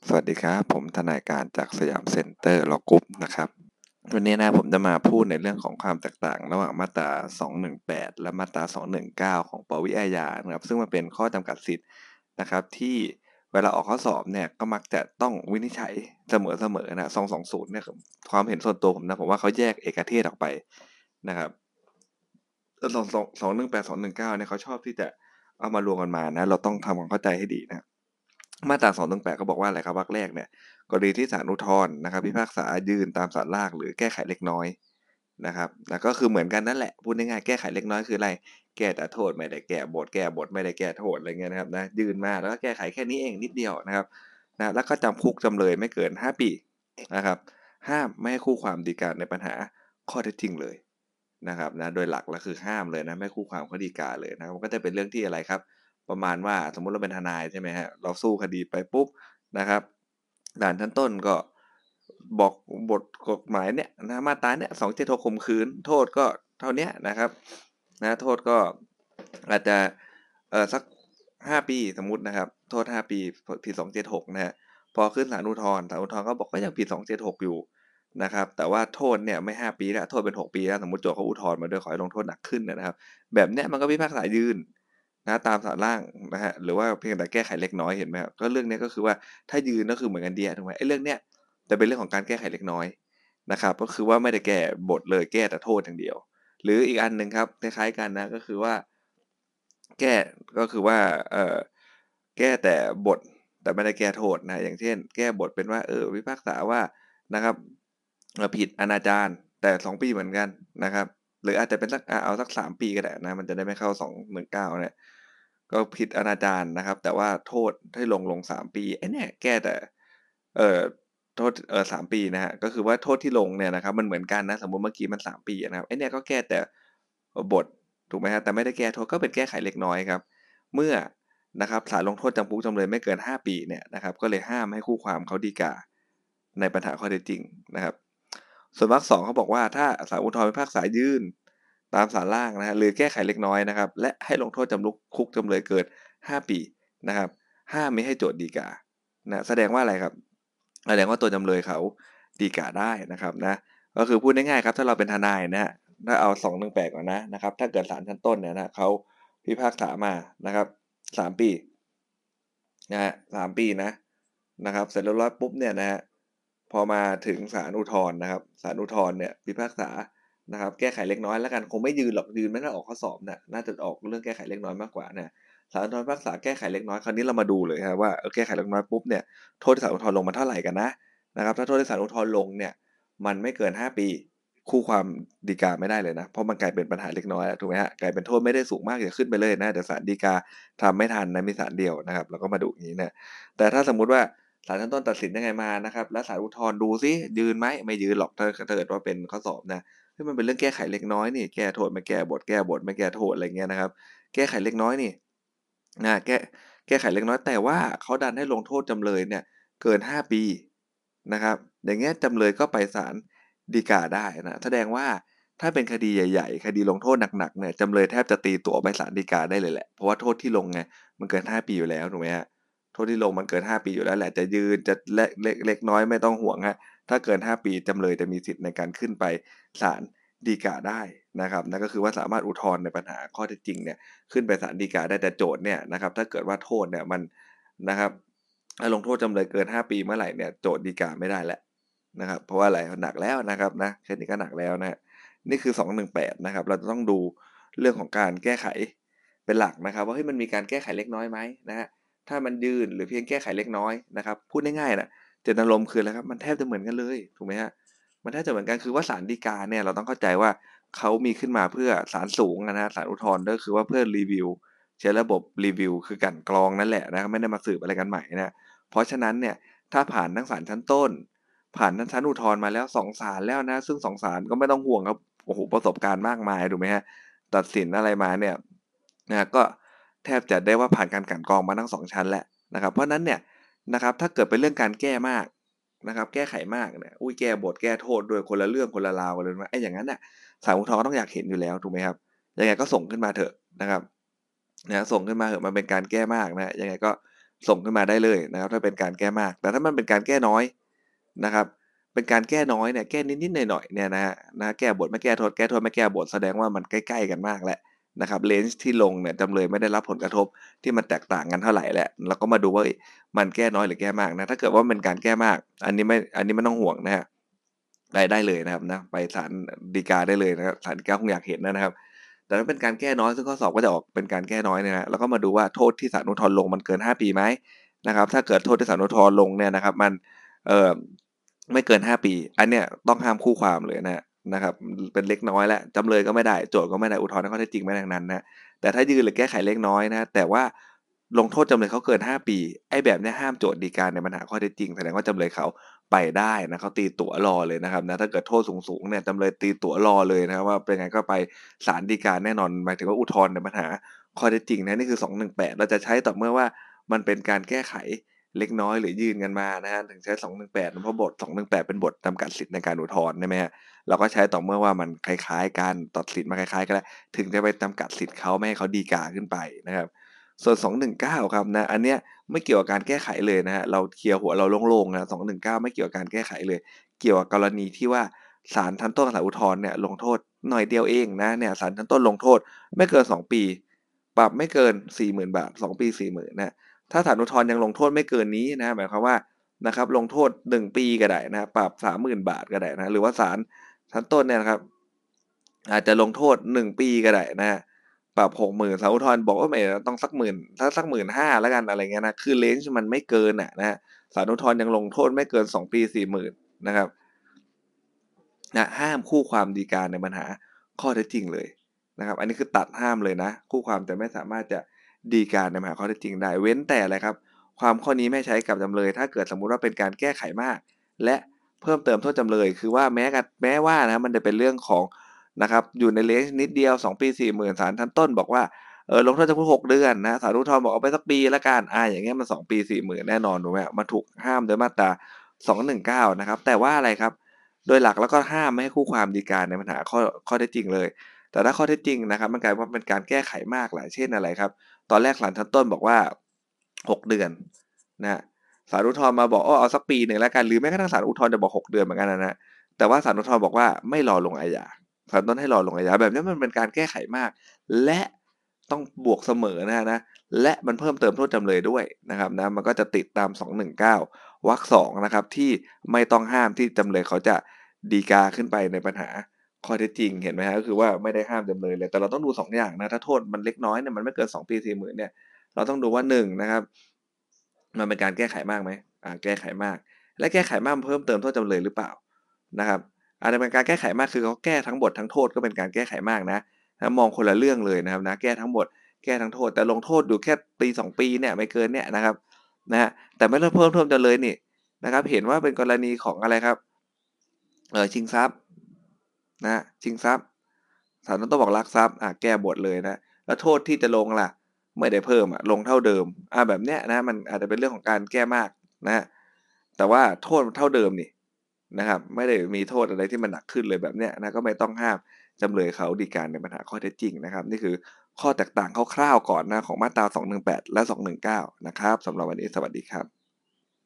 สวัสดีครับผมทนายการจากสยามเซ็นเตอร์ลอกรุ๊ปนะครับวันนี้นะผมจะมาพูดในเรื่องของความแตกต่างระหว่างมาตรา218และมาตรา219ของปวิอาญานะครับซึ่งมันเป็นข้อจำกัดสิทธิ์นะครับที่เวลาออกข้อสอบเนี่ยก็มักจะต้องวินิจฉัยเสมอนะ220เนี่ยความเห็นส่วนตัวผมนะผมว่าเขาแยกเอกเทศออกไปนะครับแล้ว218 219เนี่ยเขาชอบที่จะเอามารวมกันมานะเราต้องทำความเข้าใจให้ดีนะ มาตรา218ก็บอกว่าอะไรครับวรรคแรกเนี่ยกรณีที่ศาลอุทธรณ์นะครับพิพากษายืนตามศาลล่างหรือแก้ไขเล็กน้อยนะครับแล้วก็คือเหมือนกันนั่นแหละพูดง่ายๆแก้ไขเล็กน้อยคืออะไรแก้แต่โทษไม่ได้แก้บทไม่ได้แก้โทษอะไรเงี้ยนะครับนะยืนมาแล้วก็แก้ไขแค่นี้เองนิดเดียวนะครับนะแล้วก็จำคุกจำเลยไม่เกิน5ปีนะครับห้ามไม่ให้คู่ความฎีกาในปัญหาข้อเท็จจริงเลยนะครับนะโดยหลักแล้วคือห้ามเลยนะไม่คู่ความข้อฎีกาเลยนะมันก็จะเป็นเรื่องที่อะไรครับ ประมาณว่าสมมุติเราเป็นทนายใช่ไหมฮะเราสู้คดีไปปุ๊บนะครับศาลชั้นต้นก็บอกบทกฎหมายเนี่ยนะมาตราเนี่ย276ข่มขืนโทษก็เท่านี้นะครับนะโทษก็อาจจะสัก5 ปีสมมุตินะครับโทษ5 ปีผิด276นะฮะพอขึ้นศาลอุทธรณ์ก็บอกก็ยังผิด276อยู่นะครับแต่ว่าโทษเนี่ยไม่5 ปีแล้วโทษเป็น6 ปีแล้วสมมุติโจทก์เขาอุทธรณ์มาด้วยขอให้ลงโทษหนักขึ้นนะครับแบบเนี้ยมันก็พิพากษายืน นะตามศาลล่างนะฮะหรือว่าเพียงแต่แก้ไขเล็กน้อยเห็นไหมครับก็เรื่องนี้ก็คือว่าถ้ายืนก็คือเหมือนกันเดียถูกไหมไอ้เรื่องเนี้ยจะเป็นเรื่องของการแก้ไขเล็กน้อยนะครับก็คือว่าไม่ได้แก้บทเลยแก้แต่โทษอย่างเดียวหรืออีกอันหนึ่งครับคล้ายๆกันนะก็คือว่าแก้ก็คือว่าแก้แต่บทแต่ไม่ได้แก้โทษนะอย่างเช่นแก้บทเป็นว่าพิพากษาว่านะครับผิดอนาจารแต่2 ปีเหมือนกันนะครับ หรืออาจจะเป็นสักเอาสัก3 ปีก็ได้นะมันจะได้ไม่เข้า219เนี่ยก็ผิดอนาจารนะครับแต่ว่าโทษให้ลง3 ปีไอ้เนี่ยแก้แต่เอ่อโทษ3 ปีนะฮะก็คือว่าโทษที่ลงเนี่ยนะครับมันเหมือนกันนะสมมุติเมื่อกี้มัน3 ปีนะครับไอ้เนี่ยก็แก้แต่บทถูกไหมครับแต่ไม่ได้แก้โทษก็เป็นแก้ไขเล็กน้อยครับเมื่อนะครับศาลลงโทษจำคุกจำเลยไม่เกิน5 ปีเนี่ยนะครับก็เลยห้ามให้คู่ความเขาฎีกาในปัญหาข้อเท็จจริงนะครับ ส่วนวรรคสองเขาบอกว่าถ้าศาลอุทธรณ์พิพากษายืนตามศาลล่างนะฮะหรือแก้ไขเล็กน้อยนะครับและให้ลงโทษจำคุกจำเลยเกิน5 ปีนะครับห้ามไม่ให้โจทก์ฎีกานะแสดงว่าอะไรครับแสดงว่าตัวจำเลยเขาฎีกาได้นะครับนะก็คือพูดง่ายๆครับถ้าเราเป็นทนายนะถ้าเอา218ก่อนนะครับถ้าเกิดศาลชั้นต้นเนี่ยนะเขาพิพากษามานะครับ3 ปีนะฮะ3 ปีนะครับเสร็จเรียบร้อยปุ๊บเนี่ยนะฮะ พอมาถึงศาลอุทธรณ์นะครับศาลอุทธรณ์เนี่ยพิพากษานะครับแก้ไขเล็กน้อยแล้วกันคงไม่ยืนหรอกยืนไม่น่าออกข้อสอบน่าจะออกเรื่องแก้ไขเล็กน้อยมากกว่านะศาลอุทธรณ์พิพากษาแก้ไขเล็กน้อยคราวนี้เรามาดูเลยครับว่าแก้ไขเล็กน้อยปุ๊บเนี่ยโทษที่ศาลอุทธรณ์ลงมาเท่าไหร่กันนะครับถ้าโทษที่ศาลอุทธรณ์ลงเนี่ยมันไม่เกิน5 ปีคู่ความฎีกาไม่ได้เลยนะเพราะมันกลายเป็นปัญหาเล็กน้อยถูกไหมฮะกลายเป็นโทษไม่ได้สูงมากอย่าขึ้นไปเลยนะเดี๋ยวศาลฎีกาทำไม่ทันนะมีศาลเดียวนะครับเราก็มาดูอย่างนี้นะแต่ถ้าสมมุติว่า ศาลชั้นต้นตัดสินยังไงมานะครับแล้วศาลอุทธรณ์ดูซิยืนไหมไม่ยืนหรอกถ้าเกิดว่าเป็นข้อสอบนะมันเป็นเรื่องแก้ไขเล็กน้อยนี่แก้โทษไม่แก้บทแก้บทไม่แก้โทษอะไรเงี้ยนะครับแก้ไขเล็กน้อยนี่นะแก้ไขเล็กน้อยแต่ว่าเขาดันให้ลงโทษจำเลยเนี่ยเกิน5 ปีนะครับอย่างเงี้ยจำเลยก็ไปศาลฎีกาได้นะแสดงว่าถ้าเป็นคดีใหญ่ๆคดีลงโทษหนักๆเนี่ยจำเลยแทบจะตีตั๋วไปศาลฎีกาได้เลยแหละเพราะว่าโทษที่ลงไงมันเกิน5 ปีอยู่แล้วถูกไหมฮะ โทษที่ลงมันเกิน5 ปีอยู่แล้วแหละจะยืนจะเล็กน้อยไม่ต้องห่วงฮะถ้าเกิน5 ปีจำเลยจะมีสิทธิ์ในการขึ้นไปศาลฎีกาได้นะครับนั่นก็คือว่าสามารถอุทธรณ์ในปัญหาข้อเท็จจริงเนี่ยขึ้นไปศาลฎีกาได้แต่โจทย์เนี่ยนะครับถ้าเกิดว่าโทษเนี่ยมันนะครับถ้าลงโทษจำเลยเกิน5 ปีเมื่อไหร่เนี่ยโจทย์ฎีกาไม่ได้แล้วนะครับเพราะว่าอะไรหนักแล้วนะครับนะแค่นี้ก็หนักแล้วนะนี่คือ218นะครับเราจะต้องดูเรื่องของการแก้ไขเป็นหลักนะครับว่าเฮ้ยมันมีการแก้ไขเล็กน้อยไหมนะฮะ ถ้ามันยืนหรือเพียงแก้ไขเล็กน้อยนะครับพูดง่ายๆนะเจตนารมณ์คืออะไรครับมันแทบจะเหมือนกันเลยถูกไหมฮะมันแทบจะเหมือนกันคือว่าศาลฎีกาเนี่ยเราต้องเข้าใจว่าเขามีขึ้นมาเพื่อศาลสูงนะฮะศาลอุทธรณ์ก็คือว่าเพื่อรีวิวใช้ระบบรีวิวคือกลั่นกรองนั่นแหละนะครับไม่ได้มาสืบอะไรกันใหม่นะเพราะฉะนั้นเนี่ยถ้าผ่านทั้งศาลชั้นต้นผ่านทั้งชั้นอุทธรณ์มาแล้ว2 ศาลแล้วนะซึ่ง2 ศาลก็ไม่ต้องห่วงครับโอ้โหประสบการณ์มากมายถูกไหมฮะตัดสินอะไรมาเนี่ยนะก็ แทบจะได้ว่าผ่านการกลั่นกรองมาทั้ง2 ชั้นแหละนะครับเพราะนั้นเนี่ยนะครับถ้าเกิดเป็นเรื่องการแก้มากนะครับแก้ไขมากเนี่ยแก้บทแก้โทษด้วยคนละเรื่องคนละราวกันเลยนะไอ้อย่างนั้นน่ะศาลอุทธรณ์ก็ต้องอยากเห็นอยู่แล้วถูกไหมครับยังไงก็ส่งขึ้นมาเถอะนะครับนะส่งขึ้นมาเถอะมันเป็นการแก้มากนะยังไงก็ส่งขึ้นมาได้เลยนะครับถ้าเป็นการแก้มากแต่ถ้ามันเป็นการแก้น้อยนะครับเป็นการแก้น้อยเนี่ยแก้นิดๆหน่อยๆเนี่ยนะแก้บทไม่แก้โทษแก้โทษไม่แก้บทแสดงว่ามันใกล้ๆกันมากแล้วนะครับเลนส์ที่ลงเนี่ยจำเลยไม่ได้รับผลกระทบที่มันแตกต่างกันเท่าไหร่แหละเราก็มาดูว่ามันแก้น้อยหรือแก้มากนะถ้าเกิดว่าเป็นการแก้มากอันนี้ไม่ต้องห่วงนะครับได้เลยนะครับนะไปศาลฎีกาได้เลยนะครับศาลฎีกาคงอยากเห็นนะครับแต่ถ้าเป็นการแก้น้อยซึ่งข้อสอบก็จะออกเป็นการแก้น้อยเนี่ยนะแล้วก็มาดูว่าโทษที่ศาลอุทธรณ์ลงมันเกิน5 ปีไหมนะครับถ้าเกิดโทษที่ศาลอุทธรณ์ลงเนี่ยนะครับมันเอ่อไม่เกิน5 ปีอันเนี้ยต้องห้ามคู่ความเลยนะครับเป็นเล็กน้อยแล้วจำเลยก็ไม่ได้โจทก์ก็ไม่ได้อุทธรณ์ข้อเท็จจริงไม่ดังนั้นนะแต่ถ้ายืนหรือแก้ไขเล็กน้อยนะแต่ว่าลงโทษจำเลยเขาเกิน5 ปีไอ้แบบเนี้ยห้ามโจทก์ฎีกาในปัญหาข้อเท็จจริงแสดงว่าจำเลยเขาไปได้นะเขาตีตั๋วรอเลยนะครับนะถ้าเกิดโทษสูงๆเนี่ยจำเลยตีตั๋วรอเลยนะครับว่าเป็นไงก็ไปศาลฎีกาแน่นอนหมายถึงว่าอุทธรณ์ในปัญหาข้อเท็จจริงนะนี่คือ218เราจะใช้ต่อเมื่อว่ามันเป็นการแก้ไขเล็กน้อยหรือยื่นกันมานะฮะถึงใช้218เพราะบท218เป็นบทจำกัดสิทธิ์ในการอุทธรณ์ใช่ไหมฮะเราก็ใช้ต่อเมื่อว่ามันคล้ายๆกันตัดสินมาคล้ายๆกันแล้วถึงจะไปจำกัดสิทธิ์เขาไม่ให้เขาฎีกาขึ้นไปนะครับส่วน219ครับนะอันเนี้ยไม่เกี่ยวกับการแก้ไขเลยนะฮะเราเคลียร์หัวเราโล่งๆนะ219ไม่เกี่ยวกับการแก้ไขเลยเกี่ยวกับกรณีที่ว่าศาลชั้นต้นกับศาลอุทธรณ์เนี่ยลงโทษหน่อยเดียวเองนะเนี่ยศาลชั้นต้นลงโทษไม่เกิน2 ปีปรับไม่เกิน40,000บาท2 ปี40,000นะถ้าศาลอุทธรณ์ยังลงโทษไม่เกินนี้นะหมายความว่านะครับลงโทษ1 ปีก็ได้นะปรับ30,000บาทก็ได้นะหรือว่าศาลชั้นต้นเนี่ยนะครับอาจจะลงโทษ1 ปีก็ได้นะปรับ60,000ศาลอุทธรณ์บอกว่าไม่ต้องสักหมื่นถ้าสัก15,000แล้วกันอะไรเงี้ยนะคือเลนจ์มันไม่เกินนะศาลอุทธรณ์ยังลงโทษไม่เกิน2 ปี40,000นะครับห้ามคู่ความฎีกาในปัญหาข้อเท็จจริงเลยนะครับอันนี้คือตัดห้ามเลยนะคู่ความจะไม่สามารถจะฎีกาในปัญหาข้อเท็จจริงได้เว้นแต่อะไรครับความข้อนี้ไม่ใช้กับจำเลยถ้าเกิดสมมุติว่าเป็นการแก้ไขมากและเพิ่มเติมโทษจำเลยคือว่าแม้ว่านะมันจะเป็นเรื่องของนะครับอยู่ในเลนจ์นิดเดียว2 ปี40,000ศาลชั้นต้นบอกว่าลงโทษจำคุก6 เดือนนะศาลอุทธรณ์บอกเอาไปสักปีละกันอย่างเงี้ยมัน2 ปี40,000แน่นอนถูกไหมมันถูกห้ามโดยมาตรา219นะครับแต่ว่าอะไรครับโดยหลักแล้วก็ห้ามไม่ให้คู่ความฎีกาในปัญหาข้อเท็จจริงเลยแต่ถ้าข้อเท็จจริงนะครับมันกลายว่าเป็นการแก้ไขมากหลายเช่นอะไรครับตอนแรกศาลชั้นต้นบอกว่า6 เดือนนะศาลอุทธรณ์มาบอกเอาสักปีหนึ่งแล้วกันหรือแม้กระทั่งศาลอุทธรณ์จะบอก6 เดือนเหมือนกันนะแต่ว่าศาลอุทธรณ์บอกว่าไม่รอลงอาญาศาลต้นให้รอลงอาญาแบบนี้มันเป็นการแก้ไขมากและต้องบวกเสมอนะและมันเพิ่มเติมโทษจำเลยด้วยนะครับนะมันก็จะติดตาม219วรรค2นะครับที่ไม่ต้องห้ามที่จำเลยเขาจะฎีกาขึ้นไปในปัญหาข้อเท็จจริงเห็นไหมฮะก็คือว่าไม่ได้ห้ามจำเลยเลยแต่เราต้องดู2อย่างนะถ้าโทษมันเล็กน้อยเนี่ยมันไม่เกิน2 ปี40,000เนี่ยเราต้องดูว่า1นะครับมันเป็นการแก้ไขมากไหมแก้ไขมากและแก้ไขมากเพิ่มเติมโทษจำเลยหรือเปล่านะครับอาจจะเป็นการแก้ไขมากคือเขาแก้ทั้งบททั้งโทษก็เป็นการแก้ไขมากนะมองคนละเรื่องเลยนะครับนะแก้ทั้งบทแก้ทั้งโทษแต่ลงโทษอยู่แค่ปี2 ปีเนี่ยไม่เกินเนี่ยนะครับนะแต่ไม่ได้เพิ่มโทษจำเลยนี่นะครับเห็นว่าเป็นกรณีของอะไรครับชิงทรัพย์นะชิงทรัพย์ศาลต้องบอกลักทรัพย์แก้บทเลยนะแล้วโทษที่จะลงล่ะไม่ได้เพิ่มลงเท่าเดิมแบบเนี้ยนะมันอาจจะเป็นเรื่องของการแก้มากนะแต่ว่าโทษเท่าเดิมนี่นะครับไม่ได้มีโทษอะไรที่มันหนักขึ้นเลยแบบเนี้ยนะก็ไม่ต้องห้ามจำเลยเขาฎีกาในปัญหาข้อเท็จจริงนะครับนี่คือข้อแตกต่างคร่าวๆก่อนนะของมาตรา218และ219นะครับสำหรับวันนี้สวัสดีครับ